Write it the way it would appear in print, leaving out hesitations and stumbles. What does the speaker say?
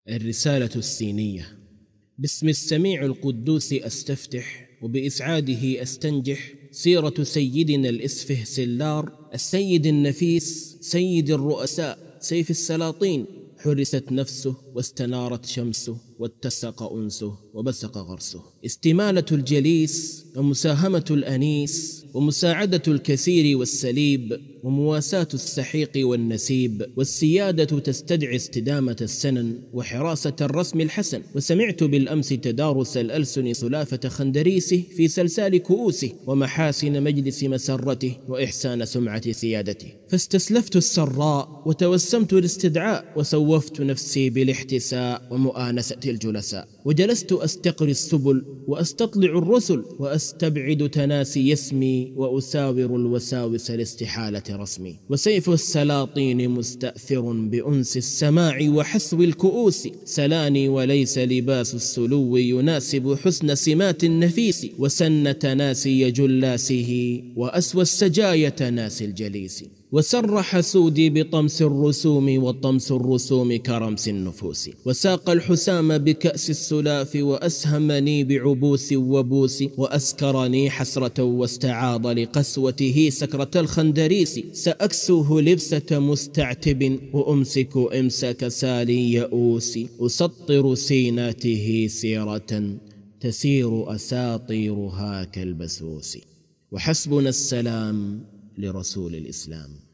الرسالة السينية. باسم السميع القدوس أستفتح، وبإسعاده أستنجح. سيرة سيدنا الإسفهسلار السيد النفيس سيد الرؤساء سيف السلاطين. حرست نفسه واستنارت شمسه واتسق أنسه وبسق غرسه. استمالة الجليس ومساهمة الأنيس ومساعدة الكثير والسليب ومواساة السحيق والنسيب. والسيادة تستدعي استدامة السنن وحراسة الرسم الحسن. وسمعت بالأمس تدارس الألسن سلافة خندريسه في سلسال كؤوسه ومحاسن مجلس مسرته وإحسان سمعة سيادته، فاستسلفت السراء وتوسمت الاستدعاء وسوفت نفسي بالاحتساء ومؤانسة الجلساء. وجلست أستقري السبل وأستطلع الرسل وأستبعد تناسي اسمي وأساور الوساوس لاستحالة رسمي. وسيف السلاطين مستأثر بأنس السماع وحسو الكؤوس. سلاني وليس لباس السلو يناسب حسن سمات النفيس. وسن تناسي جلاسه وأسوى السجايا تناسي الجليس. وسرح سودي بطمس الرسوم وطمس الرسوم كرمس النفوس. وساق الحسام بكأس السلاف وأسهمني بعبوس وبوس. وأسكرني حسرة واستعاض لقسوته سكرة الخندريس. سأكسوه لبسة مستعتب وأمسك إمسك سالي يئوس. أسطر سيناته سيرة تسير أساطيرها كالبسوس. وحسبنا السلام لرسول الإسلام.